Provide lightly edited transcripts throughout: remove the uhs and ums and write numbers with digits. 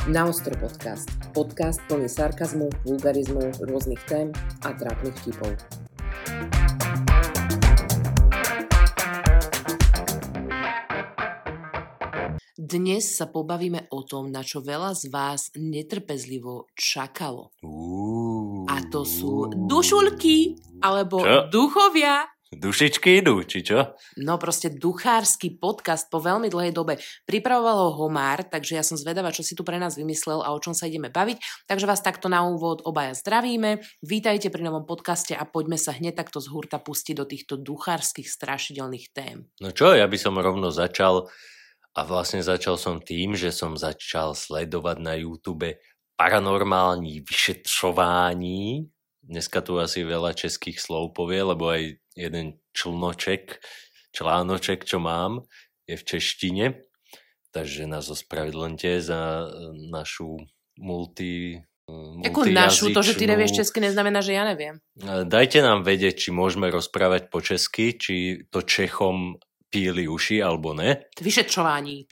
Naostro podcast. Podcast plný sarkazmu, vulgarizmu, rôznych tém a trápnych vtipov. Dnes sa pobavíme o tom, na čo veľa z vás netrpezlivo čakalo. A to sú dušulky, alebo duchovia. Dušičky idú, či čo? No proste duchársky podcast po veľmi dlhej dobe. Pripravoval ho Mar, takže ja som zvedavá, čo si tu pre nás vymyslel a o čom sa ideme baviť. Takže vás takto na úvod obaja zdravíme. Vítajte pri novom podcaste a poďme sa hneď takto z hurta pustiť do týchto duchárskych strašidelných tém. No čo, ja by som rovno začal a vlastne začal som tým, že som začal sledovať na YouTube paranormální vyšetřování. Dneska tu asi veľa českých slov povie, lebo aj jeden článoček, čo mám, je v češtine. Takže nás ospravedlňte za našu multijazyčnú... Ako našu, to, že ty nevieš česky, neznamená, že ja neviem. Dajte nám vedieť, či môžeme rozprávať po česky, či to Čechom píli uši, alebo ne. Vyšetřování.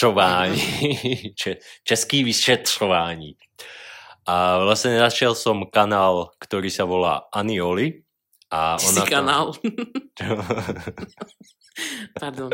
Český vyšetřování. A vlastne našiel som kanál, ktorý sa volá Anioli. A ona kanál. Pardon.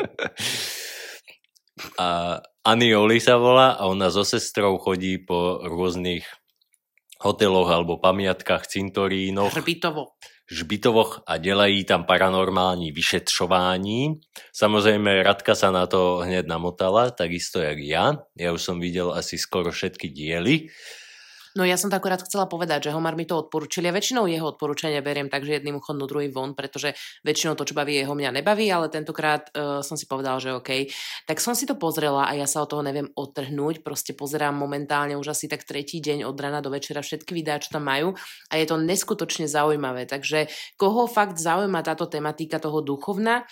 A Anioli sa volá a ona so sestrou chodí po rôznych hoteloch alebo pamiatkách, cintorínoch. Žbitovoch a delají tam paranormální vyšetřování. Samozrejme, Radka sa na to hneď namotala, takisto jak ja. Ja už som videl asi skoro všetky diely. No ja som to akorát chcela povedať, že Homar mi to odporúčil. Ja väčšinou jeho odporúčania beriem tak, že jedným uchom, no druhý von, pretože väčšinou to, čo baví jeho, mňa nebaví, ale tentokrát som si povedal, že OK. Tak som si to pozrela a ja sa od toho neviem odtrhnúť. Proste pozerám momentálne už asi tak tretí deň od rana do večera všetky videá, čo tam majú a je to neskutočne zaujímavé. Takže koho fakt zaujíma táto tematika toho duchovna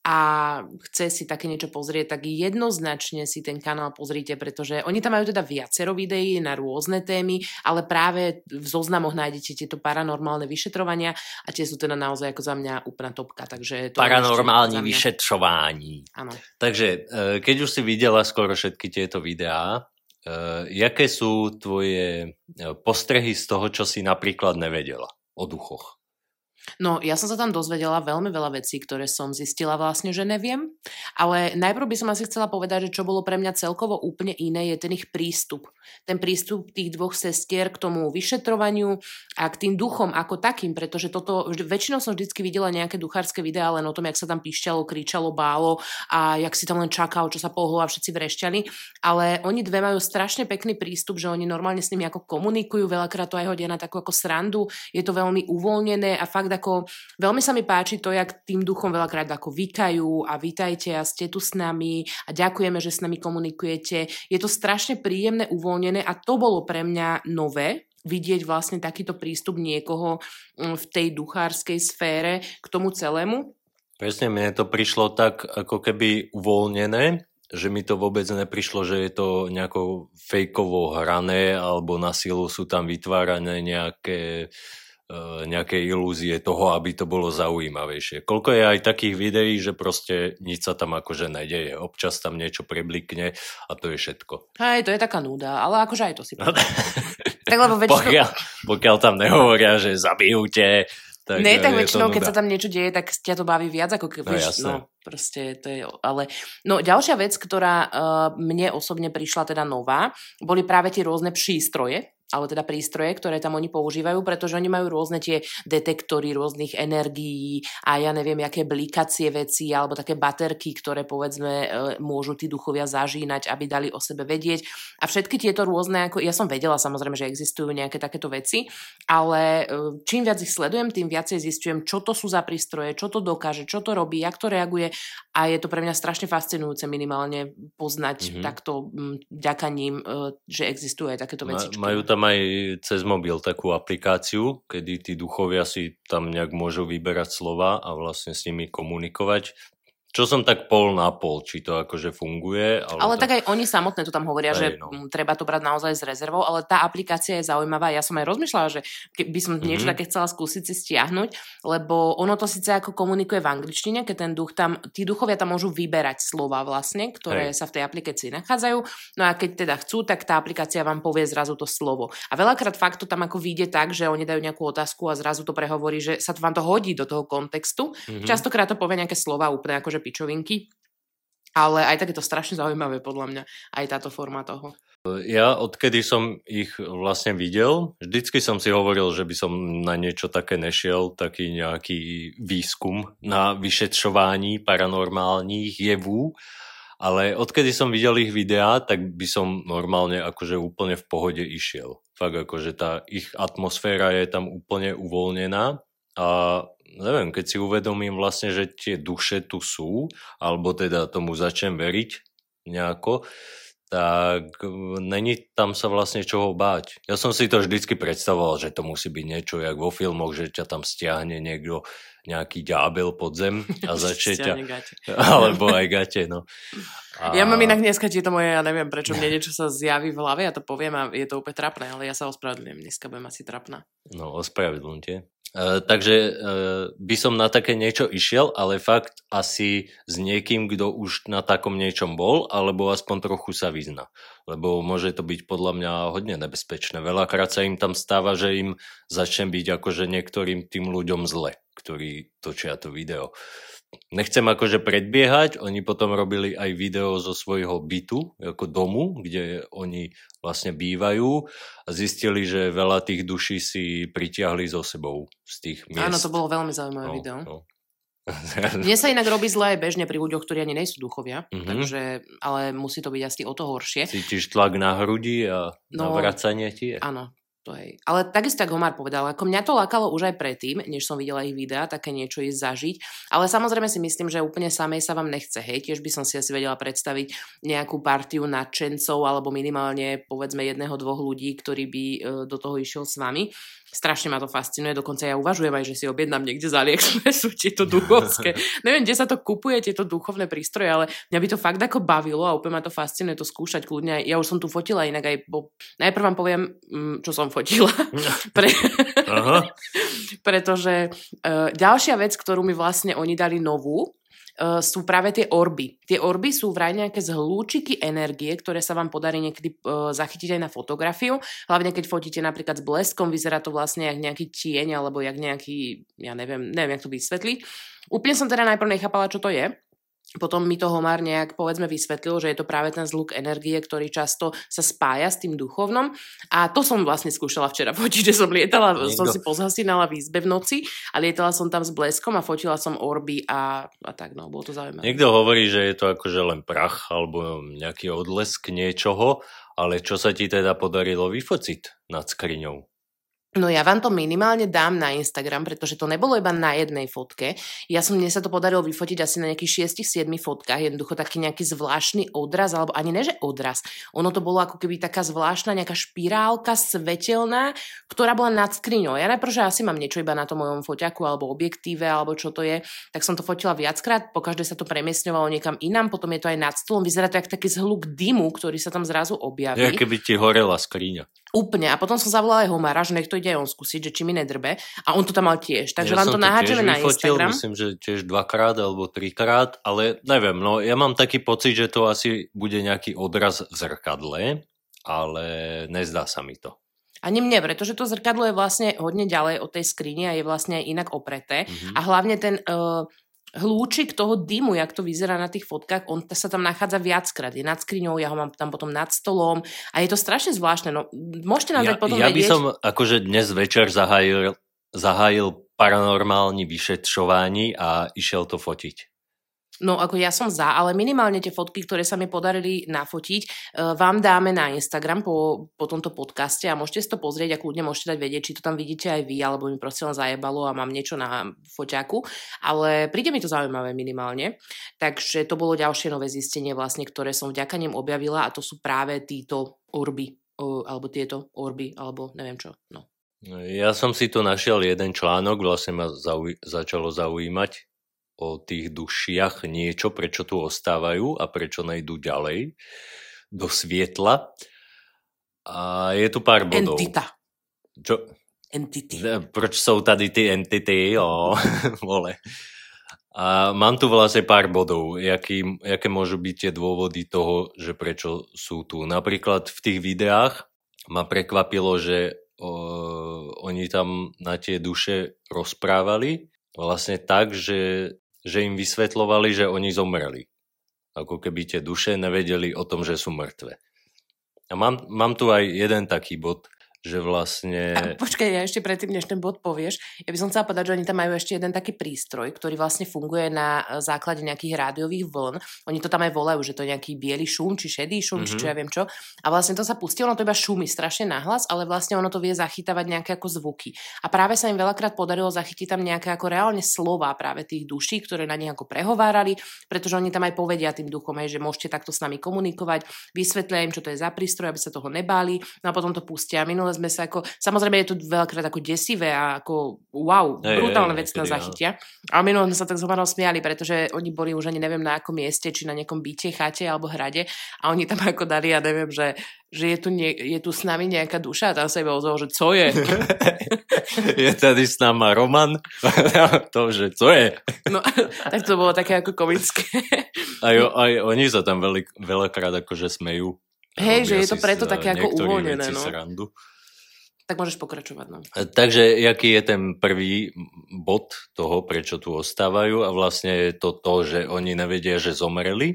a chce si také niečo pozrieť, tak jednoznačne si ten kanál pozrite, pretože oni tam majú teda viacero videí na rôzne témy, ale práve v zoznamoch nájdete tieto paranormálne vyšetrovania a tie sú teda naozaj ako za mňa úplná topka. Takže to paranormální vyšetřování. Áno. Takže keď už si videla skoro všetky tieto videá, jaké sú tvoje postrehy z toho, čo si napríklad nevedela o duchoch? No, ja som sa tam dozvedela veľmi veľa vecí, ktoré som zistila vlastne, že neviem, ale najprv by som asi chcela povedať, že čo bolo pre mňa celkovo úplne iné, je ten ich prístup. Ten prístup tých dvoch sestier k tomu vyšetrovaniu a k tým duchom ako takým, pretože toto, väčšinou som vždycky videla nejaké duchárske videá len o tom, jak sa tam píšťalo, kričalo, bálo a jak si tam len čakal, čo sa pohlo a všetci vrešťali, ale oni dve majú strašne pekný prístup, že oni normálne s nimi ako komunikujú, veľakrát to aj hodia na takú ako srandu, je to veľmi uvoľnené a fakt ako veľmi sa mi páči to, jak tým duchom veľakrát ako vykajú a vítajte a ste tu s nami a ďakujeme, že s nami komunikujete. Je to strašne príjemné, uvoľnené a to bolo pre mňa nové, vidieť vlastne takýto prístup niekoho v tej duchárskej sfére k tomu celému. Presne, mne to prišlo tak ako keby uvoľnené, že mi to vôbec neprišlo, že je to nejako fejkovo hrané alebo na silu sú tam vytvárané nejaké ilúzie toho, aby to bolo zaujímavejšie. Koľko je aj takých videí, že proste nič sa tam akože nedeje. Občas tam niečo preblikne a to je všetko. Hej, to je taká núda, ale akože aj to si povedal. Tak lebo väčšinou... pokiaľ tam nehovoria, že zabijú te, tak ne, tak väčšinou, keď sa tam niečo deje, tak ťa to baví viac, ako keď proste to je, ale no ďalšia vec, ktorá mne osobne prišla teda nová, boli práve tie rôzne prístroje, ale teda prístroje, ktoré tam oni používajú, pretože oni majú rôzne tie detektory rôznych energií a ja neviem, aké blikacie veci alebo také baterky, ktoré povedzme môžu tí duchovia zažínať, aby dali o sebe vedieť. A všetky tieto rôzne, ako ja som vedela samozrejme, že existujú nejaké takéto veci, ale čím viac ich sledujem, tým viacej zistujem, čo to sú za prístroje, čo to dokáže, čo to robí, jak to reaguje a je to pre mňa strašne fascinujúce minimálne poznať takto vďaka ním, že existujú aj takéto vecičky. Majú tam aj cez mobil takú aplikáciu, kedy tí duchovia si tam nejak môžu vyberať slova a vlastne s nimi komunikovať. Čo som tak pol na pol, či to akože funguje. Ale tak aj oni samotné to tam hovoria, že treba to brať naozaj s rezervou, ale tá aplikácia je zaujímavá. Ja som aj rozmýšľala, že by som niečo také chcela skúsiť si stiahnuť, lebo ono to síce ako komunikuje v angličtine, keď ten duch tam, tí duchovia tam môžu vyberať slova vlastne, ktoré sa v tej aplikácii nachádzajú. No a keď teda chcú, tak tá aplikácia vám povie zrazu to slovo. A veľakrát fakt to tam ako vyjde tak, že oni dajú nejakú otázku a zrazu to prehovorí, že sa to vám to hodí do toho kontextu. Častokrát to povie nejaké slova úplne akože pičovinky, ale aj tak je to strašne zaujímavé podľa mňa, aj táto forma toho. Ja odkedy som ich vlastne videl, vždycky som si hovoril, že by som na niečo také nešiel, taký nejaký výskum na vyšetřování paranormálních jevů, ale odkedy som videl ich videá, tak by som normálne akože úplne v pohode išiel. Fakt akože tá ich atmosféra je tam úplne uvoľnená a neviem, keď si uvedomím vlastne, že tie duše tu sú, alebo teda tomu začnem veriť nejako, tak není tam sa vlastne čoho báť. Ja som si to vždycky predstavoval, že to musí byť niečo, jak vo filmoch, že ťa tam stiahne niekto, nejaký ďábel pod zem a začne ťa... Alebo aj gate, no. Ja mám inak dneska tieto moje, ja neviem, prečo mne niečo sa zjaví v hlave, ja to poviem a je to úplne trapné, ale ja sa ospravedlňujem, dneska budem asi trapná. No, ospravedlňte. Takže by som na také niečo išiel, ale fakt asi s niekým, kto už na takom niečom bol, alebo aspoň trochu sa vyzna. Lebo môže to byť podľa mňa hodne nebezpečné. Veľakrát sa im tam stáva, že im začne byť akože niektorým tým ľuďom zle, ktorí točia to video. Nechcem akože predbiehať, oni potom robili aj video zo svojho bytu, ako domu, kde oni vlastne bývajú a zistili, že veľa tých duší si pritiahli so sebou z tých miest. Áno, to bolo veľmi zaujímavé video. No. Mne sa inak robí zle aj bežne pri ľuďoch, ktorí ani nejsú duchovia, takže, ale musí to byť asi o to horšie. Cítiš tlak na hrudi a navracanie ti? Áno. Ale takisto tak Homár povedal, ako mňa to lákalo už aj predtým, než som videla ich videá, také niečo ísť zažiť, ale samozrejme si myslím, že úplne samej sa vám nechce, hej, tiež by som si asi vedela predstaviť nejakú partiu nadšencov alebo minimálne povedzme 1-2 ľudí, ktorí by do toho išiel s vami. Strašne ma to fascinuje, dokonca ja uvažujem aj, že si objednám niekde z AliExpressu tieto duchovské. Neviem, kde sa to kupuje, tieto duchovné prístroje, ale mňa by to fakt ako bavilo a úplne ma to fascinuje to skúšať kľudne. Ja už som tu fotila inak aj, najprv vám poviem, čo som fotila. Pretože ďalšia vec, ktorú mi vlastne oni dali novú, sú práve tie orby. Tie orby sú vraj nejaké zhlúčiky energie, ktoré sa vám podarí niekedy zachytiť aj na fotografiu. Hlavne keď fotíte napríklad s bleskom, vyzerá to vlastne jak nejaký tieň, alebo jak nejaký, ja neviem, jak to vysvetliť. Úplne som teda najprv nechápala, čo to je. Potom mi to Homár nejak povedzme vysvetlil, že je to práve ten zhluk energie, ktorý často sa spája s tým duchovnom. A to som vlastne skúšala včera fotiť, že som lietala, som si pozhasínala v izbe v noci a lietala som tam s bleskom a fotila som orby a tak, no, bolo to zaujímavé. Niekto hovorí, že je to akože len prach alebo nejaký odlesk niečoho, ale čo sa ti teda podarilo vyfociť nad skriňou? No ja vám to minimálne dám na Instagram, pretože to nebolo iba na jednej fotke. Mne sa to podarilo vyfotiť asi na nejakých 6-7 fotkách, jednoducho taký nejaký zvláštny odraz, alebo ani ne, že odraz. Ono to bolo ako keby taká zvláštna nejaká špirálka svetelná, ktorá bola nad skriňou. Ja najprv, že asi mám niečo iba na tom mojom foťaku, alebo objektíve, alebo čo to je, tak som to fotila viackrát, pokaždé sa to premiestňovalo niekam inám, potom je to aj nad stolom, vyzerá to ako taký zhluk dymu, ktorý sa tam zrazu objaví. Ja keby ti horela skriňa. Úplne. A potom som zavolala aj Homára, že nech to ide aj on skúsiť, že či mi nedrbe. A on to tam mal tiež. Takže vám to naháčeme na Instagram. Myslím, že tiež 2-krát alebo 3-krát, ale neviem, no ja mám taký pocit, že to asi bude nejaký odraz v zrkadle, ale nezdá sa mi to. Ani mne, pretože to zrkadlo je vlastne hodne ďalej od tej skrine a je vlastne aj inak opreté. A hlavne ten hlúčik toho dymu, jak to vyzerá na tých fotkách, on sa tam nachádza viackrát. Je nad skriňou, ja ho mám tam potom nad stolom a je to strašne zvláštne. No, môžete nám dať potom vedieť. Ja by som akože dnes večer zahájil paranormálne vyšetřování a išiel to fotiť. No ako ja som za, ale minimálne tie fotky, ktoré sa mi podarili nafotiť, vám dáme na Instagram po tomto podcaste a môžete si to pozrieť a kľudne môžete dať vedieť, či to tam vidíte aj vy, alebo mi proste len zajebalo a mám niečo na foťaku, ale príde mi to zaujímavé minimálne. Takže to bolo ďalšie nové zistenie vlastne, ktoré som vďaka nim objavila a to sú práve títo orby, alebo tieto orby, alebo neviem čo, no. Ja som si tu našiel jeden článok, vlastne ma začalo zaujímať o tých dušiach niečo, prečo tu ostávajú a prečo nejdú ďalej do svietla. A je tu pár bodov. Entita. Čo? Entity. Proč sú tady ty entity? Vole. A mám tu vlastne pár bodov, jaké môžu byť tie dôvody toho, že prečo sú tu. Napríklad v tých videách ma prekvapilo, že oni tam na tie duše rozprávali vlastne tak, že im vysvetľovali, že oni zomreli. Ako keby tie duše nevedeli o tom, že sú mŕtve. A mám tu aj jeden taký bod, že vlastne... Počkaj, ja ešte predtým, než ten bod povieš, ja by som chcela povedať, že oni tam majú ešte jeden taký prístroj, ktorý vlastne funguje na základe nejakých rádiových vln. Oni to tam aj volajú, že to je nejaký biely šum, či šedý šum, či čo ja viem čo. A vlastne to sa pustí, ono to iba šumí strašne nahlas, ale vlastne ono to vie zachytávať nejaké ako zvuky. A práve sa im veľakrát podarilo zachytiť tam nejaké ako reálne slová práve tých duší, ktoré na nich ako prehovárali, pretože oni tam aj povedia tým duchom, že môžete takto s nami komunikovať, vysvetlia im, čo to je za prístroj, aby sa toho nebáli, no a potom to pustia. Sme sa ako, samozrejme je to veľakrát ako desivé a ako wow, brutálne veci nás zachytia. A minulé sme sa tak zhomarom smiali, pretože oni boli už ani neviem na akom mieste, či na nejakom byte, chate alebo hrade a oni tam ako dali, ja neviem, že je tu s nami nejaká duša a tam sa iba ozvalo, že co je? Je tady s náma Roman? To, že co je? No, tak to bolo také ako komické. Aj oni sa tam veľakrát akože smejú. Hej, že je to preto také ako uvoľnené. No. Srandu. Tak môžeš pokračovať. No. Takže, aký je ten prvý bod toho, prečo tu ostávajú? A vlastne je to, že oni nevedia, že zomreli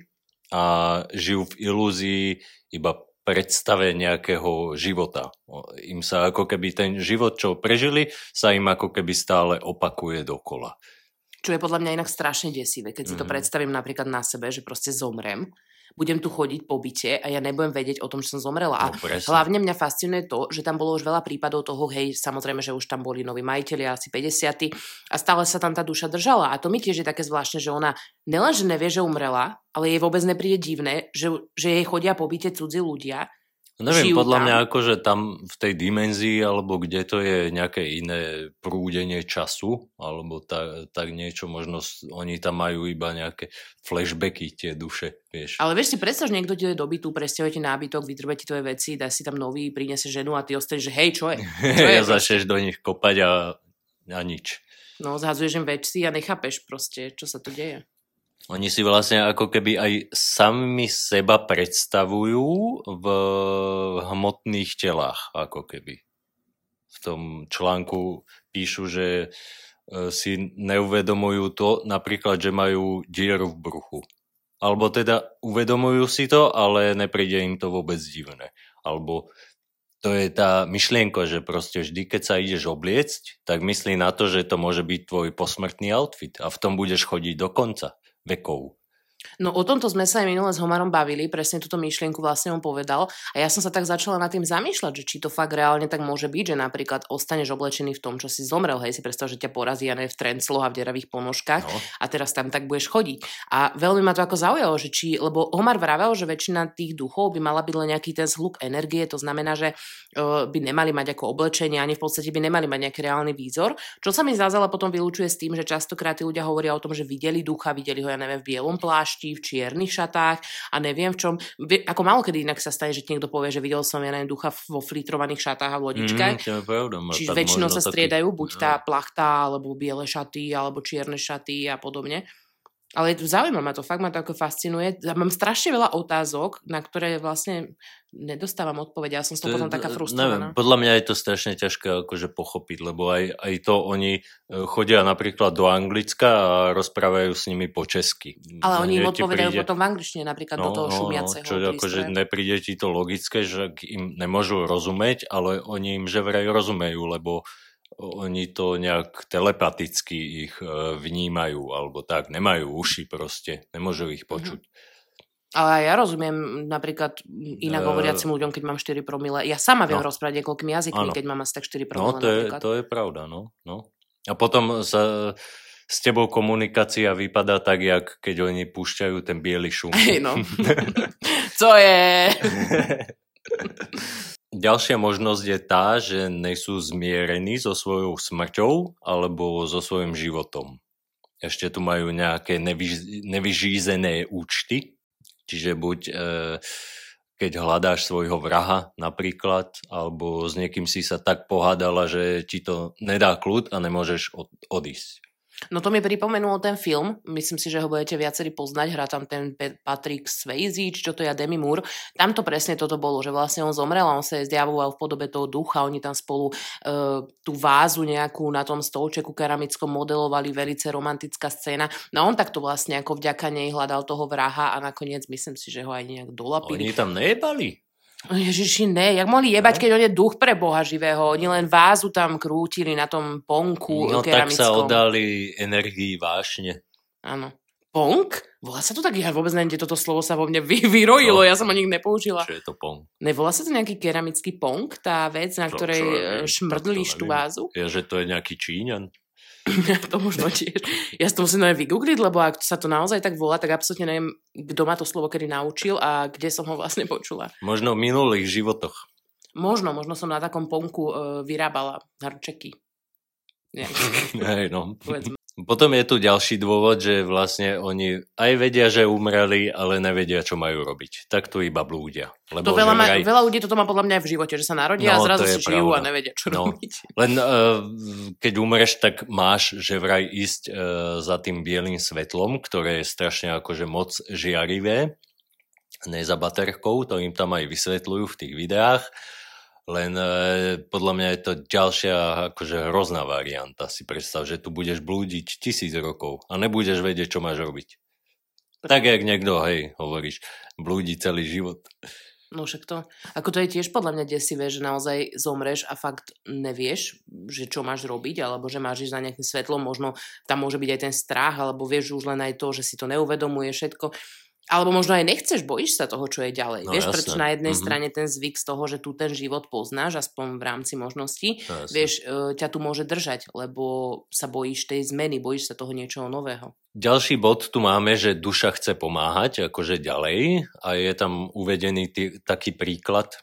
a žijú v ilúzii iba predstave nejakého života. Im sa ako keby ten život, čo prežili, sa im ako keby stále opakuje dokola. Čo je podľa mňa inak strašne desivé, keď si to predstavím napríklad na sebe, že proste zomrem, budem tu chodiť po byte a ja nebudem vedieť o tom, že som zomrela. A hlavne mňa fascinuje to, že tam bolo už veľa prípadov toho, hej, samozrejme, že už tam boli noví majiteľi, asi 50 a stále sa tam tá duša držala. A to mi tiež je také zvláštne, že ona nielenže nevie, že umrela, ale jej vôbec nepríde divné, že jej chodia po byte cudzí ľudia. Neviem, podľa mňa akože tam v tej dimenzii, alebo kde to je nejaké iné prúdenie času, alebo tak niečo, možno oni tam majú iba nejaké flashbacky, tie duše, vieš. Ale vieš si predstav, že niekto ti je do bytu, presťahuje ti nábytok, vytrbe ti tvoje veci, dá si tam nový, prinese ženu a ty ostaneš, že hej, čo je? Ja začneš do nich kopať a nič. No, zhadzuješ im veci a nechápeš proste, čo sa tu deje. Oni si vlastne ako keby aj sami seba predstavujú v hmotných telách, ako keby. V tom článku píšu, že si neuvedomujú to, napríklad, že majú dieru v bruchu. Alebo teda uvedomujú si to, ale nepríde im to vôbec divné. Alebo to je tá myšlienka, že proste vždy, keď sa ideš obliecť, tak myslí na to, že to môže byť tvoj posmrtný outfit a v tom budeš chodiť do konca vekov. No o tomto sme sa aj minule s Homarom bavili, presne túto myšlienku vlastne on povedal a ja som sa tak začala nad tým zamýšľať, že či to fakt reálne tak môže byť, že napríklad ostaneš oblečený v tom, čo si zomrel, hej, si predstav, že ťa porazí v trencloch a v deravých ponožkách a teraz tam tak budeš chodiť. A veľmi ma to ako zaujalo, že lebo Homar vravel, že väčšina tých duchov by mala byť len nejaký ten zhluk energie, to znamená, že by nemali mať ako oblečenie, ani v podstate by nemali mať nejaký reálny výzor, čo sa mi zázala potom vylúčuje s tým, že častokrát tí ľudia hovoria o tom, že videli ducha, videli ho, ja neviem, v bielom plášti, v čiernych šatách a neviem v čom. Ako málo kedy inak sa stane, že niekto povie, že videl som, ja neviem, ducha vo flitrovaných šatách a v lodičkách. Čiže väčšinou sa striedajú, buď tá plachta, alebo biele šaty, alebo čierne šaty a podobne. Ale zaujíma ma to, fakt ma to ako fascinuje. Mám strašne veľa otázok, na ktoré vlastne nedostávam odpovede. Ja som z toho potom taká frustrovaná. Neviem, podľa mňa je to strašne ťažké akože pochopiť, lebo aj to oni chodia napríklad do Anglicka a rozprávajú s nimi po česky. Ale oni im odpovedajú potom v angličtine, napríklad do toho šumiaceho. Čo akože nepríde ti to logické, že im nemôžu rozumieť, ale oni im že vraj rozumejú, lebo oni to nejak telepaticky ich vnímajú, alebo tak, nemajú uši proste, nemôžu ich počuť. Ale ja rozumiem napríklad inak hovoriacim ľuďom, keď mám 4 promile. Ja sama viem rozprávať niekoľkými jazykmi, keď mám asi tak 4 promile. No, to je pravda, no. A potom s tebou komunikácia vypadá tak, jak keď oni púšťajú ten biely šum. Hej, no. Co je? Ďalšia možnosť je tá, že nejsú zmierení so svojou smrťou alebo so svojím životom. ešte tu majú nejaké nevyžízené účty, čiže buď keď hľadáš svojho vraha napríklad, alebo s niekým si sa tak pohádala, že ti to nedá kľud a nemôžeš odísť. No to mi pripomenulo ten film, myslím si, že ho budete viacerí poznať, hrá tam ten Patrick Swayze, či čo to je Demi Moore. Tam to presne toto bolo, že vlastne on zomrel a on sa zjavoval v podobe toho ducha, oni tam spolu tú vázu nejakú na tom stolčeku keramickom modelovali, velice romantická scéna. No on takto vlastne ako vďaka nej hľadal toho vraha a nakoniec myslím si, že ho aj nejak dolapili. Oni tam nejebali. Ježiši, ne, jak mohli jebať, keď on je duch pre Boha živého. Oni len vázu tam krútili na tom ponku keramickom. Tak sa oddali energii vášne. Áno. Ponk? Volá sa to tak? Ja vôbec neviem, kde toto slovo sa vo mne vyrojilo. Ja som ho nikdy nepoužila. Čo je to ponk? Nevolá sa to nejaký keramický ponk? Tá vec, na ktorej šmrdlíš tú vázu? Ja, že to je nejaký Číňan. To možno tiež. Ja si to musím vygoogliť, lebo ak sa to naozaj tak volá, tak absolútne neviem, kto ma to slovo kedy naučil a kde som ho vlastne počula. Možno v minulých životoch. Možno som na takom ponku vyrábala hrčeky. Hej, no. Potom je tu ďalší dôvod, že vlastne oni aj vedia, že umreli, ale nevedia, čo majú robiť. Tak tu iba blúdia. Lebo to veľa ľudí toto má podľa mňa aj v živote, že sa narodia a zrazu si žijú a nevedia, čo robiť. Len keď umreš, tak máš, že vraj ísť za tým bielým svetlom, ktoré je strašne akože moc žiarivé, ne za baterkou, to im tam aj vysvetľujú v tých videách. Len podľa mňa je to ďalšia akože hrozná varianta. Si predstav, že tu budeš blúdiť 1000 rokov a nebudeš vedieť, čo máš robiť. Tak, jak niekto, hovoríš, blúdi celý život. No však to, ako to je tiež podľa mňa desivé, že naozaj zomreš a fakt nevieš, že čo máš robiť, alebo že máš ísť za nejakým svetlom, možno tam môže byť aj ten strach, alebo vieš už len aj to, že si to neuvedomuje všetko. Alebo možno aj nechceš, bojíš sa toho, čo je ďalej. No, vieš, prečo na jednej strane ten zvyk z toho, že tu ten život poznáš, aspoň v rámci možností, vieš, ťa tu môže držať, lebo sa bojíš tej zmeny, bojíš sa toho niečoho nového. Ďalší bod tu máme, že duša chce pomáhať, akože ďalej, a je tam uvedený taký príklad,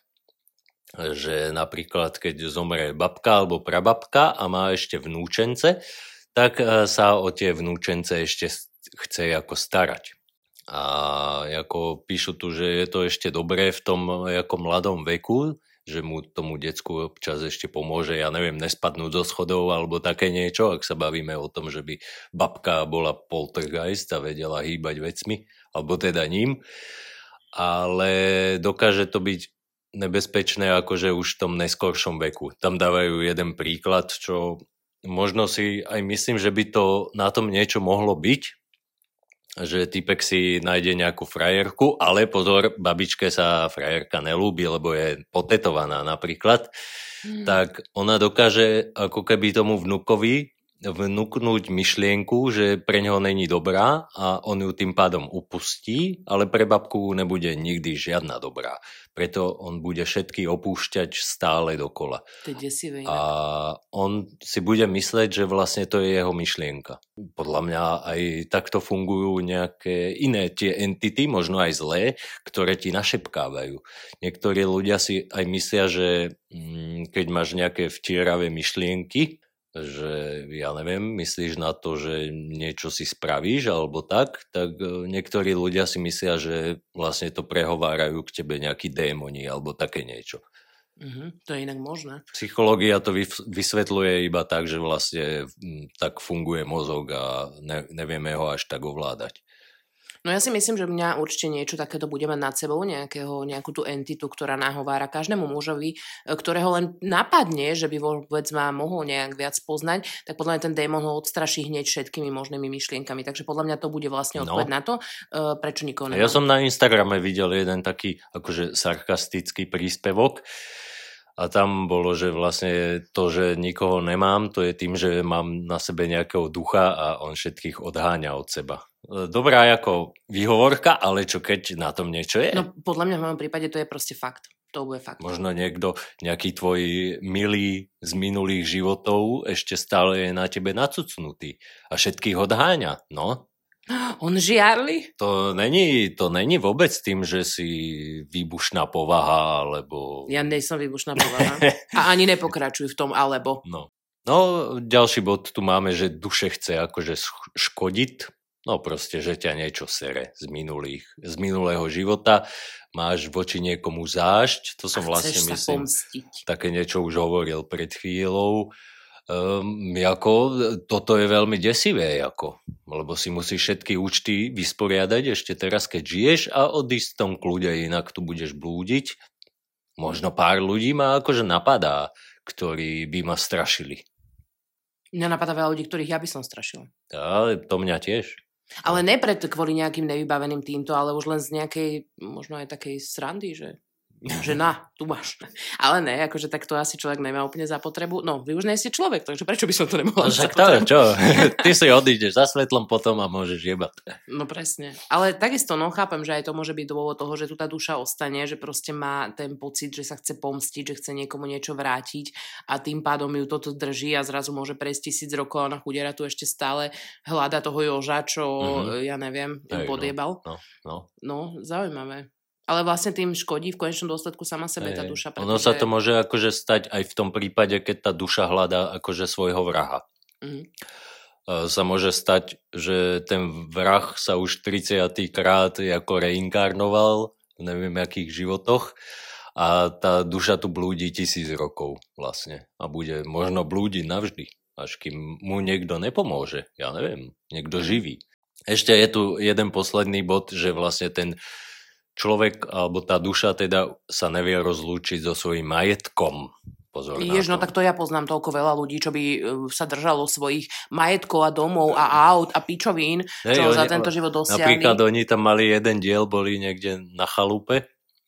že napríklad, keď zomrie babka alebo prababka a má ešte vnúčence, tak sa o tie vnúčence ešte chce ako starať. A ako píšu tu, že je to ešte dobré v tom ako mladom veku, že mu tomu decku občas ešte pomôže, ja neviem, nespadnúť do schodov alebo také niečo, ak sa bavíme o tom, že by babka bola poltergeist a vedela hýbať vecmi, alebo teda ním, ale dokáže to byť nebezpečné akože už v tom neskoršom veku. Tam dávajú jeden príklad, čo možno si aj myslím, že by to na tom niečo mohlo byť, že typek si nájde nejakú frajerku, ale pozor, babičke sa frajerka nelúbi, lebo je potetovaná napríklad, tak ona dokáže ako keby tomu vnukovi vnúknuť myšlienku, že pre ňoho není dobrá a on ju tým pádom upustí, ale pre babku nebude nikdy žiadna dobrá. Preto on bude všetky opúšťať stále dokola. To je desivé. A on si bude mysleť, že vlastne to je jeho myšlienka. Podľa mňa aj takto fungujú nejaké iné tie entity, možno aj zlé, ktoré ti našepkávajú. Niektorí ľudia si aj myslia, že keď máš nejaké vtieravé myšlienky, že ja neviem, myslíš na to, že niečo si spravíš alebo tak niektorí ľudia si myslia, že vlastne to prehovárajú k tebe nejakí démoni alebo také niečo. To je inak možné. Psychológia to vysvetľuje iba tak, že vlastne tak funguje mozog a nevieme ho až tak ovládať. No ja si myslím, že mňa určite niečo takéto bude mať nad sebou, nejakú tú entitu, ktorá nahovára každému mužovi, ktorého len napadne, že by vôbec ma mohol nejak viac poznať, tak podľa mňa ten démon ho odstraší hneď všetkými možnými myšlienkami. Takže podľa mňa to bude vlastne odpoveď na to, prečo nikoho nemám. Ja som na Instagrame videl jeden taký akože sarkastický príspevok, a tam bolo, že vlastne to, že nikoho nemám, to je tým, že mám na sebe nejakého ducha a on všetkých odháňa od seba. Dobrá ako výhovorka, ale čo keď na tom niečo je? No podľa mňa v mojom prípade to je proste fakt. To bude fakt. Možno nejaký tvoj milý z minulých životov ešte stále je na tebe nacucnutý a všetkých odháňa, no. On žiarli? To není vôbec tým, že si výbušná povaha, alebo... Ja nejsem výbušná povaha. A ani nepokračuj v tom alebo. No. No, ďalší bod tu máme, že duše chce akože škodiť. No proste, že ťa niečo sere z minulého života. Máš voči niekomu zášť. To som vlastne, myslím, také niečo už hovoril pred chvíľou. Toto je veľmi desivé, lebo si musíš všetky účty vysporiadať ešte teraz, keď žiješ a odísť v tom kľude, inak tu budeš blúdiť. Možno pár ľudí ma akože napadá, ktorí by ma strašili. Mňa napadá veľa ľudí, ktorých ja by som strašila. Ale to mňa tiež. Ale ne kvôli nejakým nevybaveným týmto, ale už len z nejakej, možno aj takej srandy, že tu máš. Ale ne, akože tak to asi človek nemá úplne za potrebu. No, vy už nie ste človek, takže prečo by som to nemohla za potrebu? Čo? Ty si odídeš za svetlom potom a môžeš jebať. No presne. Ale takisto, chápem, že aj to môže byť dôvod toho, že tu tá duša ostane, že proste má ten pocit, že sa chce pomstiť, že chce niekomu niečo vrátiť a tým pádom ju toto drží a zrazu môže prejsť 1000 rokov a ona chudiera tu ešte stále hľada toho Joža, čo ja neviem, ju podjebal. No, zaujímavé. Ale vlastne tým škodí v konečnom dôsledku sama sebe tá duša. Ono sa to môže akože stať aj v tom prípade, keď tá duša hľadá akože svojho vraha. Sa môže stať, že ten vrah sa už 30. krát ako reinkarnoval v neviem akých životoch a tá duša tu blúdi 1000 rokov vlastne a bude možno blúdiť navždy, až kým mu niekto nepomôže. Ja neviem, niekto živý. Ešte je tu jeden posledný bod, že vlastne ten človek, alebo tá duša teda sa nevie rozlúčiť so svojím majetkom. Pozor na to. Tak to ja poznám toľko veľa ľudí, čo by sa držalo svojich majetkov a domov a aut a pičovín, čo za tento život dosiahli. Napríklad oni tam mali jeden diel, boli niekde na chalupe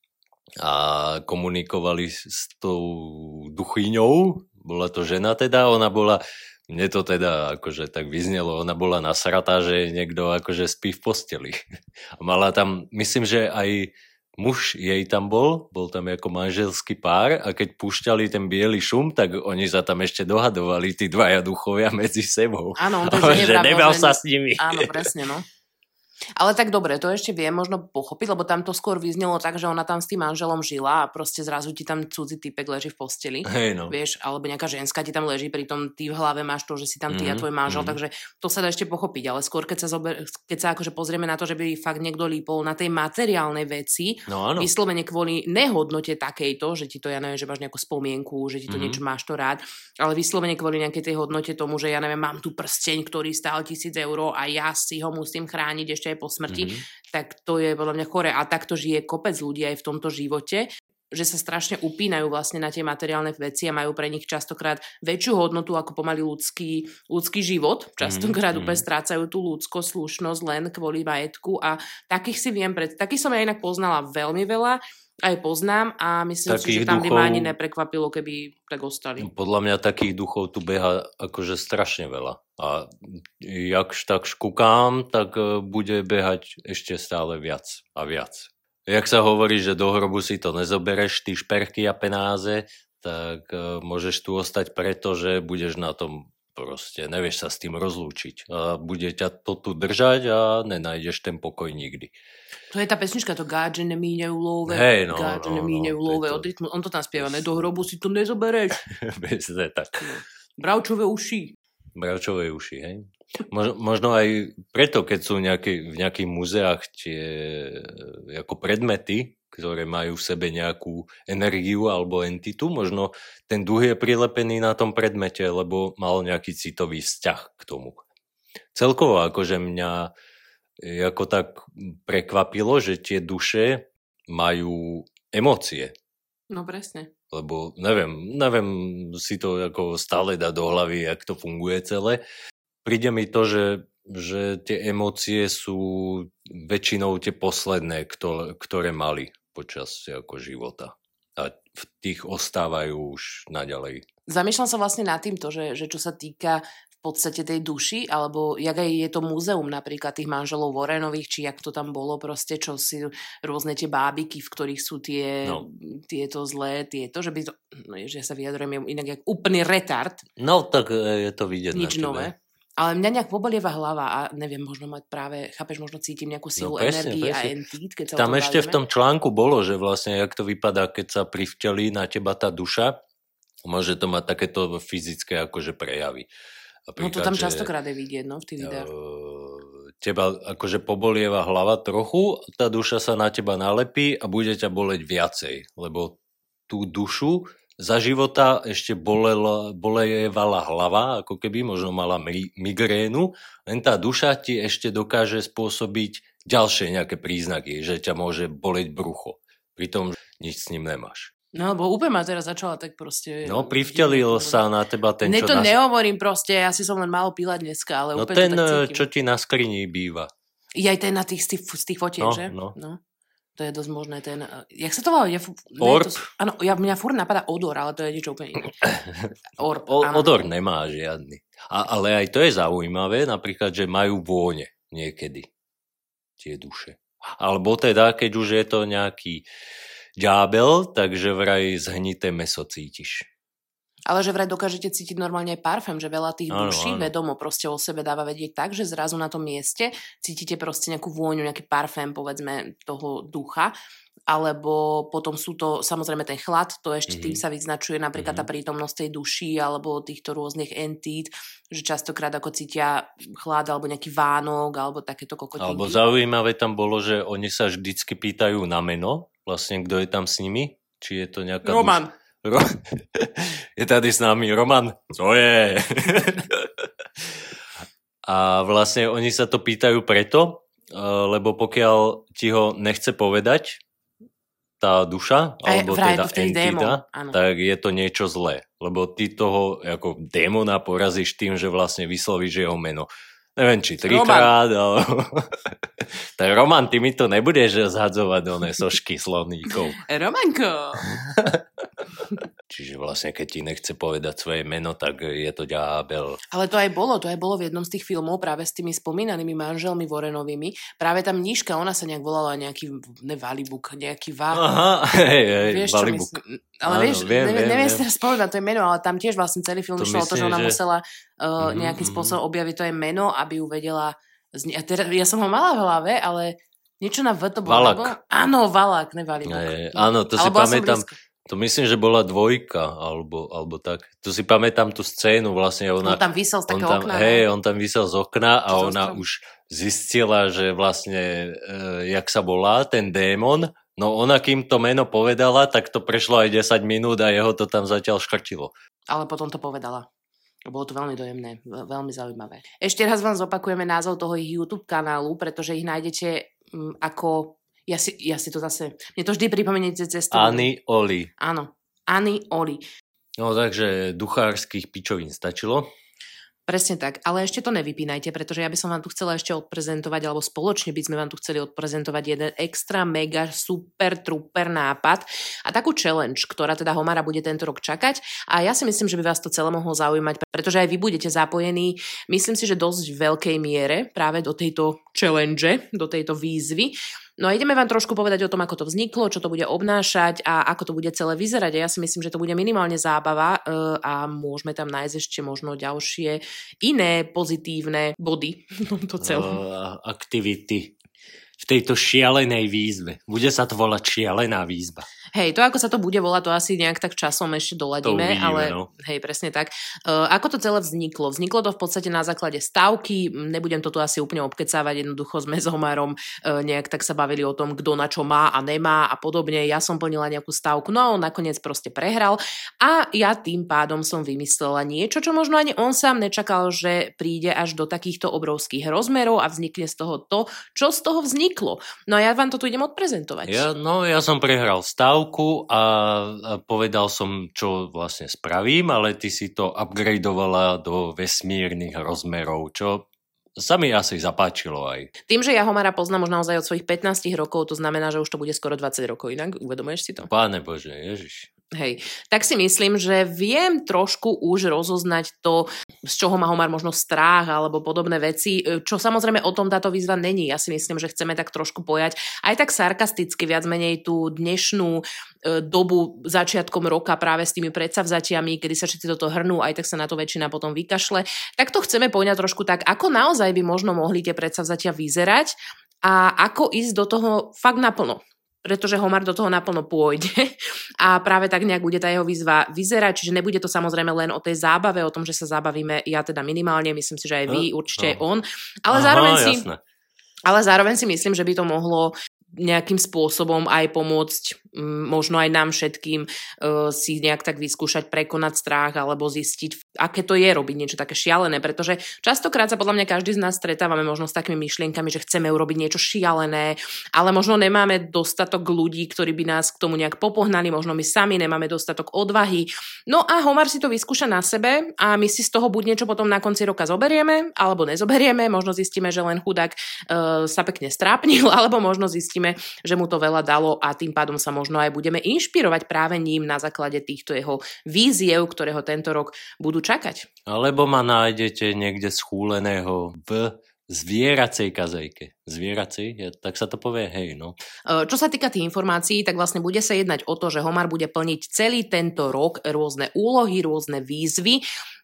a komunikovali s tou duchyňou. Bola to žena teda, ona bola... Mne to teda akože tak vyznelo, ona bola nasratá, že niekto akože spí v posteli. A mala tam, myslím, že aj muž jej tam bol tam ako manželský pár a keď púšťali ten biely šum, tak oni sa tam ešte dohadovali, tí dvaja duchovia medzi sebou. Áno, to je že nebal sa s nimi. Áno, presne, no. Ale tak dobre, to ešte viem možno pochopiť, lebo tam to skôr vyznelo tak, že ona tam s tým manželom žila a proste zrazu ti tam cudzí typek leží v posteli. Hej, no. Vieš, alebo nejaká ženská ti tam leží, pritom ty v hlave máš to, že si tam ty a tvoj manžel, takže to sa dá ešte pochopiť, ale skôr keď sa akože pozrieme na to, že by fakt niekto lípol na tej materiálnej veci, vyslovene kvôli nehodnote takejto, že ti to, ja neviem, že máš nejakú spomienku, že ti to niečo máš to rád, ale vyslovene kvôli nejakej tej hodnote tomu, že ja neviem, mám tu prsteň, ktorý stál 1000 eur a ja si ho musím chrániť ešte po smrti, tak to je podľa mňa chore. A takto žije kopec ľudí aj v tomto živote, že sa strašne upínajú vlastne na tie materiálne veci a majú pre nich častokrát väčšiu hodnotu ako pomaly ľudský život. Častokrát úplne strácajú tú ľudskosť, slušnosť len kvôli majetku a takých si viem takých som ja inak poznala veľmi veľa, aj poznám a myslím si, že tam by ma ani neprekvapilo, keby tak ostali. Podľa mňa takých duchov tu beha akože strašne veľa. A jakž tak škukám, tak bude behať ešte stále viac a viac. Jak sa hovorí, že do hrobu si to nezobereš, ty šperky a penáze, tak môžeš tu ostať preto, že budeš na tom proste, nevieš sa s tým rozlúčiť. A bude ťa to tu držať a nenájdeš ten pokoj nikdy. To je tá pesnička, to gáče nemíňajú love. Hej, no. Gáče nemíňajú love. On to tam spieva, ne? Do hrobu si to nezobereš. tak. Bravčové uši. Bravčové uši, hej. Možno aj preto, keď sú v nejakých muzeách tie ako predmety, ktoré majú v sebe nejakú energiu alebo entitu, možno ten duch je prilepený na tom predmete, lebo mal nejaký citový vzťah k tomu. Celkovo akože mňa ako tak prekvapilo, že tie duše majú emócie. No presne. Lebo neviem si to ako stále dať do hlavy, jak to funguje celé. Príde mi to, že tie emócie sú väčšinou tie posledné, ktoré mali počas ako života. A v tých ostávajú už naďalej. Zamýšľam sa vlastne nad týmto, že čo sa týka v podstate tej duši, alebo jak aj je to múzeum napríklad tých manželov Warrenových, či jak to tam bolo proste, čo si rôzne tie bábiky, v ktorých sú tieto zlé, že by to, že ja sa vyjadrujem inak jak úplný retard. No tak je to vidieť nič nové. Ale mňa nejak pobolieva hlava a neviem, možno mať práve, chápeš, možno cítim nejakú silu energii a entít, keď sa tam ešte bavíme. V tom článku bolo, že vlastne jak to vypadá, keď sa privtelí na teba tá duša Môže to mať takéto fyzické akože prejavy. No to tam častokrát je vidieť, no, v tých videách. Teba akože pobolieva hlava trochu, tá duša sa na teba nalepí a bude ťa boleť viacej, lebo tú dušu za života ešte bolejevala hlava, ako keby možno mala migrénu, len tá duša ti ešte dokáže spôsobiť ďalšie nejaké príznaky, že ťa môže boleť brucho. Pritom nič s ním nemáš. No, lebo úplne ma teraz začala tak proste... No, privtelil sa na teba ten, čo... Nehovorím proste, ja si som len málo pila dneska, ale no úplne ten, to tak cítim. čo ti na skrini býva. Aj ten na tých fotiek, že? No. To je dosť možné, ten... Jak sa to volá? Orb? Áno, mňa furt napadá odor, ale to je niečo úplne iné. Orb, odor nemá žiadny. Ale aj to je zaujímavé, napríklad, že majú vône niekedy tie duše. Alebo teda, keď už je to nejaký ďábel, takže vraj zhnité mäso cítiš. Ale že vraj dokážete cítiť normálne aj parfém, že veľa tých duší vedomo proste o sebe dáva vedieť tak, že zrazu na tom mieste cítite proste nejakú vôňu, nejaký parfém, povedzme, toho ducha. Alebo potom sú to, samozrejme ten chlad, to ešte tým sa vyznačuje napríklad tá prítomnosť tej duši alebo týchto rôznych entít, že častokrát ako cítia chlad alebo nejaký vánok alebo takéto kokotinky. Alebo zaujímavé tam bolo, že oni sa vždycky pýtajú na meno, vlastne kto je tam s nimi, či je to nejaká Roman. Je tady s nami Roman? Co je? A vlastne oni sa to pýtajú preto, lebo pokiaľ ti ho nechce povedať tá duša, alebo teda entita, tak je to niečo zlé. Lebo ty toho ako démona porazíš tým, že vlastne vyslovíš jeho meno. Neviem, či 3-krát, ale... Tak Roman, ty mi to nebudeš zhadzovať oné sošky slovníkov. Romanko! Čiže vlastne, keď ti nechce povedať svoje meno, tak je to ďábel. Ale to aj bolo v jednom z tých filmov práve s tými spomínanými manželmi Warrenovými. Práve tam Níška, ona sa nejak volala nejaký, Valibuk, nejaký Aha, vieš, Valibuk. Ale áno, vieš, neviem si teraz spovedať to je meno, ale tam tiež vlastne celý film išlo o to, že ona musela nejakým spôsobom objaviť to je meno, aby ju vedela... Ja som ho mala v hlave, ale niečo na V to bolo. Valak. Áno, Valak, ne Valibuk. Áno, to si pamätám. To myslím, že bola 2, alebo tak. To si pamätám tú scénu vlastne. On tam vysel z takého okna. On tam vysel z okna a ona už zistila, že vlastne, jak sa volá ten démon, no ona kým to meno povedala, tak to prešlo aj 10 minút a jeho to tam zatiaľ škrtilo. Ale potom to povedala. Bolo to veľmi dojemné, veľmi zaujímavé. Ešte raz vám zopakujeme názov toho ich YouTube kanálu, pretože ich nájdete ako... Ja si to zase... Mne to vždy pripomeniete cestu. Ani Oli. Áno, Ani Oli. No takže duchárskych pičovín stačilo. Presne tak, ale ešte to nevypínajte, pretože ja by som vám tu chcela ešte odprezentovať, alebo spoločne by sme vám tu chceli odprezentovať jeden extra, mega, super, trúper nápad a takú challenge, ktorá teda Homara bude tento rok čakať a ja si myslím, že by vás to celé mohlo zaujímať, pretože aj vy budete zapojení, myslím si, že dosť veľkej miere práve do tejto challenge, do tejto výzvy. No a ideme vám trošku povedať o tom, ako to vzniklo, čo to bude obnášať a ako to bude celé vyzerať. A ja si myslím, že to bude minimálne zábava a môžeme tam nájsť ešte možno ďalšie iné pozitívne body v tomto celom. Aktivity v tejto šialenej výzve. Bude sa to volať šialená výzva. Hej, to ako sa to bude volať, to asi nejak tak časom ešte doladíme, uvidíme, ale hej, presne tak. Ako to celé vzniklo? Vzniklo to v podstate na základe stávky, nebudem to tu asi úplne obkecávať, jednoducho sme s Homárom nejak tak sa bavili o tom, kto na čo má a nemá a podobne. Ja som plnila nejakú stávku, no a on nakoniec proste prehral a ja tým pádom som vymyslela niečo, čo možno ani on sám nečakal, že príde až do takýchto obrovských rozmerov a vznikne z toho to, čo z toho vzniklo. No a ja vám to tu idem odprezentovať. Ja som prehral stávku a povedal som, čo vlastne spravím, ale ty si to upgradeovala do vesmírnych rozmerov, čo sa mi asi zapáčilo aj. Tým, že ja Homara poznám už naozaj od svojich 15 rokov, to znamená, že už to bude skoro 20 rokov inak. Uvedomuješ si to? Páne Bože, Ježiš. Hej, tak si myslím, že viem trošku už rozoznať to, z čoho má Homar možno strach alebo podobné veci, čo samozrejme o tom táto výzva není. Ja si myslím, že chceme tak trošku pojať aj tak sarkasticky viac menej tú dnešnú dobu začiatkom roka práve s tými predsavzatiami, kedy sa všetci toto hrnú, aj tak sa na to väčšina potom vykašle. Tak to chceme poňať trošku tak, ako naozaj by možno mohli tie predsavzatia vyzerať a ako ísť do toho fakt naplno. pretože Homar do toho naplno pôjde a práve tak nejak bude tá jeho výzva vyzerať, čiže nebude to samozrejme len o tej zábave, o tom, že sa zabavíme, ja teda minimálne, myslím si, že aj vy, určite aj on, ale zároveň si myslím, že by to mohlo nejakým spôsobom aj pomôcť možno aj nám všetkým si nejak tak vyskúšať prekonať strach alebo zistiť, aké to je robiť niečo také šialené, pretože častokrát sa podľa mňa každý z nás stretávame možno s takými myšlienkami, že chceme urobiť niečo šialené, ale možno nemáme dostatok ľudí, ktorí by nás k tomu nejak popohnali, možno my sami nemáme dostatok odvahy. No a Homar si to vyskúša na sebe a my si z toho buď niečo potom na konci roka zoberieme, alebo nezoberieme, možno zistíme, že len chudák sa pekne strápnil, alebo možno zistíme, že mu to veľa dalo a tým pádom sa možno aj budeme inšpirovať práve ním na základe týchto jeho víziev, ktoré ho tento rok budú čakať. Alebo ma nájdete niekde schúleného v zvieracej kazajke. Zvieracej? Tak sa to povie, hej, no. Čo sa týka tých informácií, tak vlastne bude sa jednať o to, že Homar bude plniť celý tento rok rôzne úlohy, rôzne výzvy.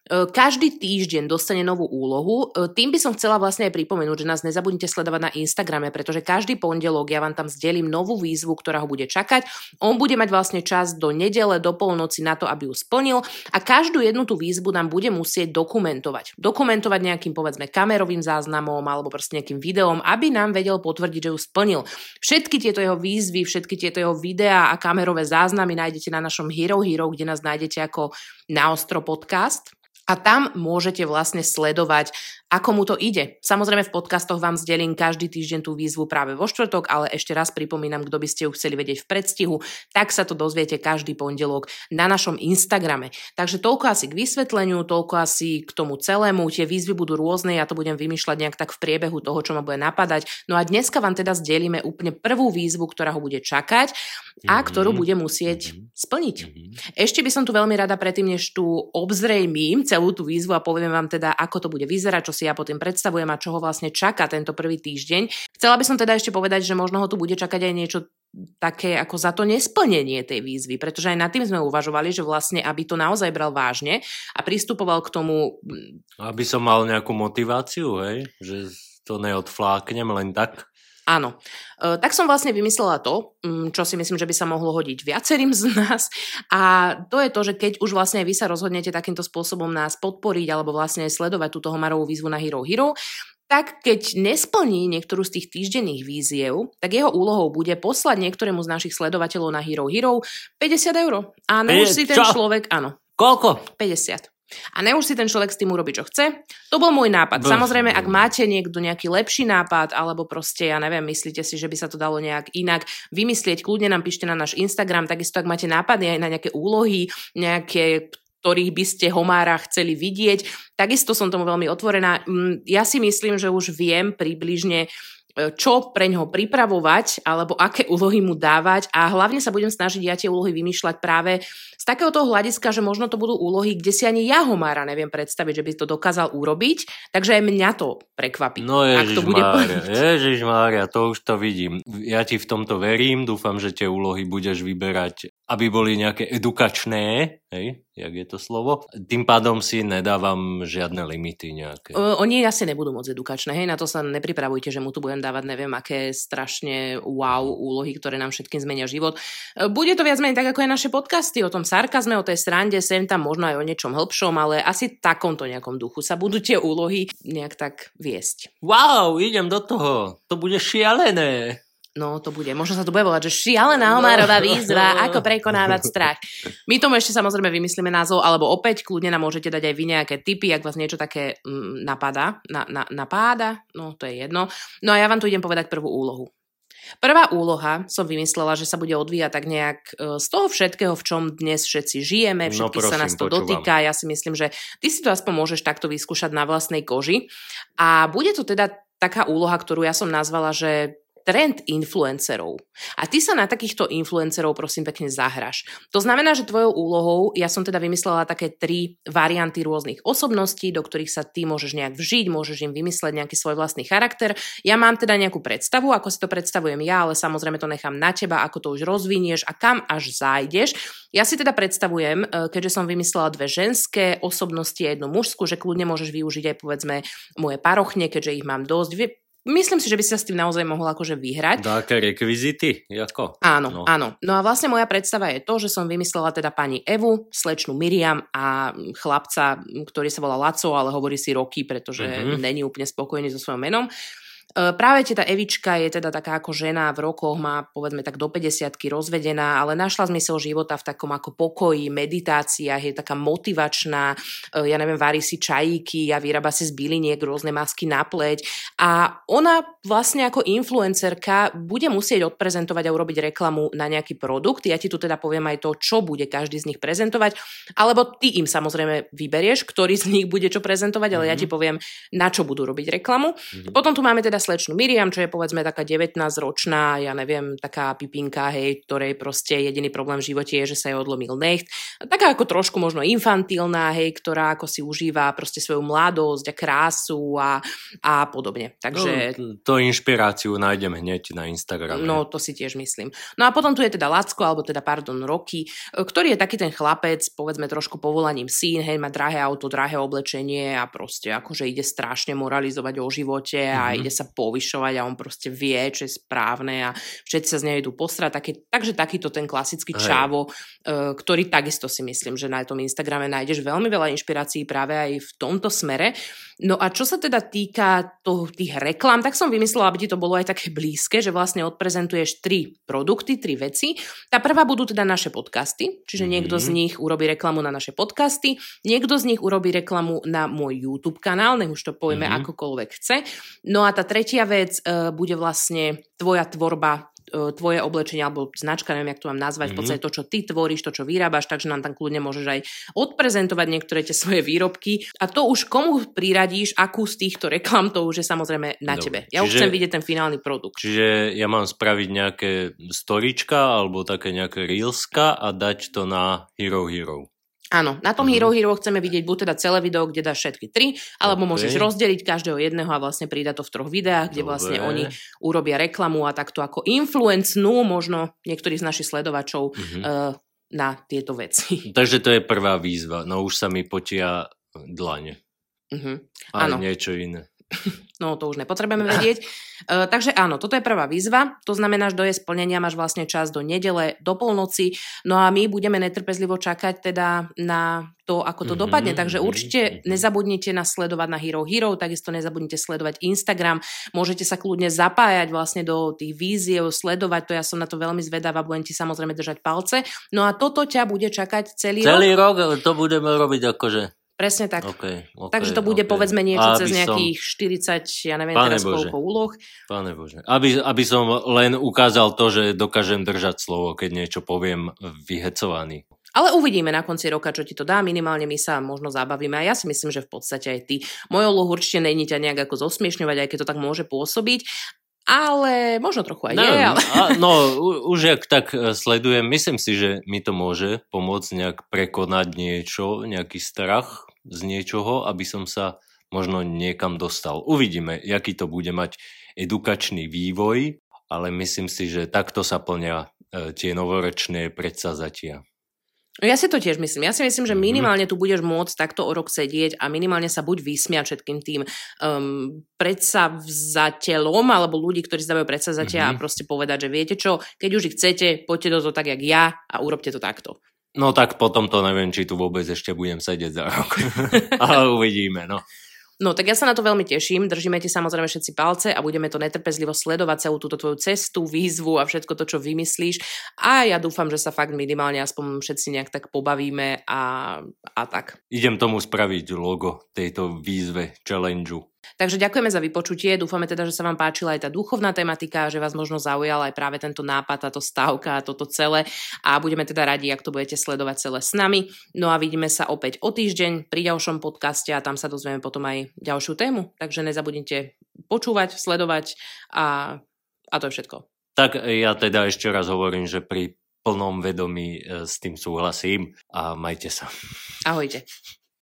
Každý týždeň dostane novú úlohu. Tým by som chcela vlastne aj pripomenúť, že nás nezabudnite sledovať na Instagrame, pretože každý pondelok ja vám tam zdelím novú výzvu, ktorá ho bude čakať. On bude mať vlastne čas do nedele, do polnoci na to, aby ju splnil a každú jednu tú výzvu nám bude musieť dokumentovať. Dokumentovať nejakým, povedzme, kamerovým záznamom alebo proste nejakým videom, aby nám vedel potvrdiť, že ju splnil. Všetky tieto jeho výzvy, všetky tieto jeho videá a kamerové záznamy nájdete na našom Hero, kde nás nájdete ako Naostro podcast. A tam môžete vlastne sledovať, ako mu to ide. Samozrejme v podcastoch vám zdelím každý týždeň tú výzvu práve vo štvrtok, ale ešte raz pripomínam, kto by ste ju chceli vedieť v predstihu, tak sa to dozviete každý pondelok na našom Instagrame. Takže toľko asi k vysvetleniu, toľko asi k tomu celému. Tie výzvy budú rôzne, ja to budem vymýšľať nejak tak v priebehu toho, čo ma bude napadať. No a dneska vám teda zdelíme úplne prvú výzvu, ktorá ho bude čakať a ktorú bude musieť splniť. Ešte by som tu veľmi rada predtým, než tu obzrejmím celú tú výzvu a poviem vám teda, ako to bude vyzerať, čo si ja potom predstavujem a čo ho vlastne čaká tento prvý týždeň. Chcela by som teda ešte povedať, že možno ho tu bude čakať aj niečo také ako za to nesplnenie tej výzvy, pretože aj nad tým sme uvažovali, že vlastne, aby to naozaj bral vážne a pristupoval k tomu... Aby som mal nejakú motiváciu, hej? Že to neodfláknem len tak. Áno. Tak som vlastne vymyslela to, čo si myslím, že by sa mohlo hodiť viacerým z nás a to je to, že keď už vlastne vy sa rozhodnete takýmto spôsobom nás podporiť alebo vlastne sledovať túto Homarovú výzvu na Hero, tak keď nesplní niektorú z tých týždenných víziev, tak jeho úlohou bude poslať niektorému z našich sledovateľov na Hero 50 €. A už si ten človek, áno. Koľko? 50. A už si ten človek s tým urobiť, čo chce. To bol môj nápad. Samozrejme, ak máte niekto nejaký lepší nápad, alebo proste, ja neviem, myslíte si, že by sa to dalo nejak inak vymyslieť, kľudne nám píšte na náš Instagram, takisto ak máte nápady aj na nejaké úlohy, nejaké, ktorých by ste Homára chceli vidieť, takisto som tomu veľmi otvorená. Ja si myslím, že už viem približne, čo pre ňoho pripravovať, alebo aké úlohy mu dávať a hlavne sa budem snažiť ja tie úlohy vymýšľať práve z takého toho hľadiska, že možno to budú úlohy, kde si ani ja Homára neviem predstaviť, že by to dokázal urobiť, takže aj mňa to prekvapí. No Ježišmária, to už to vidím. Ja ti v tomto verím, dúfam, že tie úlohy budeš vyberať, aby boli nejaké edukačné, hej, jak je to slovo. Tým pádom si nedávam žiadne limity nejaké. Oni asi nebudú moc edukačné, hej, na to sa nepripravujte, že mu tu budem dávať neviem aké strašne wow úlohy, ktoré nám všetkým zmenia život. Bude to viac menej tak, ako aj naše podcasty, o tom sarkazme, o tej srande, sem tam možno aj o niečom hĺbšom, ale asi takomto nejakom duchu sa budú tie úlohy nejak tak viesť. Wow, idem do toho, to bude šialené. No, to bude. Možno sa to bude volať, že šialená Homárová výzva, ako prekonávať strach. My tomu ešte samozrejme vymyslíme názov, alebo opäť kľudne nám môžete dať aj vy nejaké tipy, ak vás niečo také napáda. No, to je jedno. No a ja vám tu idem povedať prvú úlohu. Prvá úloha som vymyslela, že sa bude odvíjať tak nejak z toho všetkého, v čom dnes všetci žijeme, všetky sa nás to dotýka. Ja si myslím, že ty si to aspoň môžeš takto vyskúšať na vlastnej koži. A bude to teda taká úloha, ktorú ja som nazvala, že trend influencerov. A ty sa na takýchto influencerov prosím pekne zahraš. To znamená, že tvojou úlohou, ja som teda vymyslela také 3 varianty rôznych osobností, do ktorých sa ty môžeš nejak vžiť, môžeš im vymysleť nejaký svoj vlastný charakter. Ja mám teda nejakú predstavu, ako si to predstavujem ja, ale samozrejme to nechám na teba, ako to už rozvinieš a kam až zájdeš. Ja si teda predstavujem, keďže som vymyslela 2 ženské osobnosti a 1 mužskú, že kľudne môžeš využiť aj povedzme moje parochne, keďže ich mám dosť. myslím si, že by si sa s tým naozaj mohol akože vyhrať. Také rekvizity? Jako? Áno, áno. No a vlastne moja predstava je to, že som vymyslela teda pani Evu, slečnu Miriam a chlapca, ktorý sa volá Laco, ale hovorí si Roky, pretože není úplne spokojný so svojím menom. Práve tá Evička je teda taká ako žena v rokoch, má povedzme tak do 50-ky, rozvedená, ale našla zmysel života v takom ako pokoji, meditáciách, je taká motivačná, ja neviem, varí si čajíky a vyrába si z byliniek rôzne masky na pleť a ona vlastne ako influencerka bude musieť odprezentovať a urobiť reklamu na nejaký produkt. Ja ti tu teda poviem aj to, čo bude každý z nich prezentovať, alebo ty im samozrejme vyberieš, ktorý z nich bude čo prezentovať, ale ja ti poviem, na čo budú robiť reklamu. Potom tu máme teda slečnú Miriam, čo je povedzme taká 19-ročná, ja neviem, taká pipinka, hej, ktorej proste jediný problém v živote je, že sa jej odlomil necht. Taká ako trošku možno infantilná, hej, ktorá ako si užíva proste svoju mladosť a krásu a podobne. Takže... To inšpiráciu nájdem hneď na Instagrame. No, to si tiež myslím. No a potom tu je teda Lacko, alebo teda Roky, ktorý je taký ten chlapec, povedzme trošku povolaním syn, hej, má drahé auto, drahé oblečenie a proste akože ide strašne moralizovať o živote a ide sa povyšovať a on proste vie, čo je správne a všetci sa z nej idú posrať. Takže takýto ten klasický čávo, ktorý takisto si myslím, že na tom Instagrame nájdeš veľmi veľa inšpirácií práve aj v tomto smere. No a čo sa teda týka tých reklám, tak som vymyslela, aby ti to bolo aj také blízke, že vlastne odprezentuješ 3 produkty, 3 veci. Tá prvá budú teda naše podcasty, čiže niekto z nich urobí reklamu na naše podcasty, niekto z nich urobí reklamu na môj YouTube kanál, nech už to povieme akokoľvek chce. No a tá tretia vec bude vlastne tvoja tvorba, tvoje oblečenie alebo značka, neviem, jak to mám nazvať, v podstate to, čo ty tvoríš, to, čo vyrábaš, takže nám tam kľudne môžeš aj odprezentovať niektoré tie svoje výrobky a to už komu priradíš, akú z týchto reklam, to už je samozrejme na tebe. Ja už chcem vidieť ten finálny produkt. Čiže ja mám spraviť nejaké storička alebo také nejaké reelska a dať to na Hero. Áno, na tom Hero chceme vidieť buď teda celé video, kde dáš všetky 3, alebo môžeš rozdeliť každého jedného a vlastne pridať to v 3 videách, kde vlastne oni urobia reklamu a takto ako influencnú možno niektorí z našich sledovačov na tieto veci. Takže to je prvá výzva. No už sa mi potia dlane. Ale niečo iné. No to už nepotrebujeme vedieť. Takže áno, toto je prvá výzva. To znamená, že do jej splnenia máš vlastne čas do nedele, do polnoci. No a my budeme netrpezlivo čakať teda na to, ako to dopadne. Takže určite nezabudnite nás sledovať na Hero, takisto nezabudnite sledovať Instagram. Môžete sa kľudne zapájať vlastne do tých víziev, sledovať to. Ja som na to veľmi zvedavá, budem ti samozrejme držať palce. No a toto ťa bude čakať celý rok. Celý rok to budeme robiť akože... Presne tak. Takže to bude povedzme niečo cez nejakých 40, ja neviem teraz koľko úloh. Pane Bože. Aby som len ukázal to, že dokážem držať slovo, keď niečo poviem vyhecovaný. Ale uvidíme na konci roka, čo ti to dá. Minimálne my sa možno zabavíme. A ja si myslím, že v podstate aj ty. Mojou úlohu určite není ťa nejak ako zosmiešňovať, aj keď to tak môže pôsobiť. Ale možno trochu aj nie. Ale... No, už jak tak sledujem, myslím si, že mi to môže pomôcť nejak prekonať niečo, nejaký strach z niečoho, aby som sa možno niekam dostal. Uvidíme, aký to bude mať edukačný vývoj, ale myslím si, že takto sa plnia tie novoročné predsavzatia. Ja si to tiež myslím. Ja si myslím, že minimálne tu budeš môcť takto o rok sedieť a minimálne sa buď vysmiať všetkým tým predsavzateľom alebo ľudí, ktorí zdávajú predsavzatia a proste povedať, že viete čo, keď už ich chcete, poďte do toho tak, jak ja a urobte to takto. No tak potom to neviem, či tu vôbec ešte budem sedieť za rok. Ale uvidíme, no. No, tak ja sa na to veľmi teším. Držíme ti samozrejme všetci palce a budeme to netrpezlivo sledovať celú túto tvoju cestu, výzvu a všetko to, čo vymyslíš. A ja dúfam, že sa fakt minimálne aspoň všetci nejak tak pobavíme a tak. Idem tomu spraviť logo tejto výzve, challengeu. Takže ďakujeme za vypočutie, dúfame teda, že sa vám páčila aj tá duchovná tematika, že vás možno zaujal aj práve tento nápad, táto stávka, toto celé a budeme teda radi, ak to budete sledovať celé s nami. No a vidíme sa opäť o týždeň pri ďalšom podcaste a tam sa dozvieme potom aj ďalšiu tému, takže nezabudnite počúvať, sledovať a to je všetko. Tak ja teda ešte raz hovorím, že pri plnom vedomí s tým súhlasím a majte sa. Ahojte.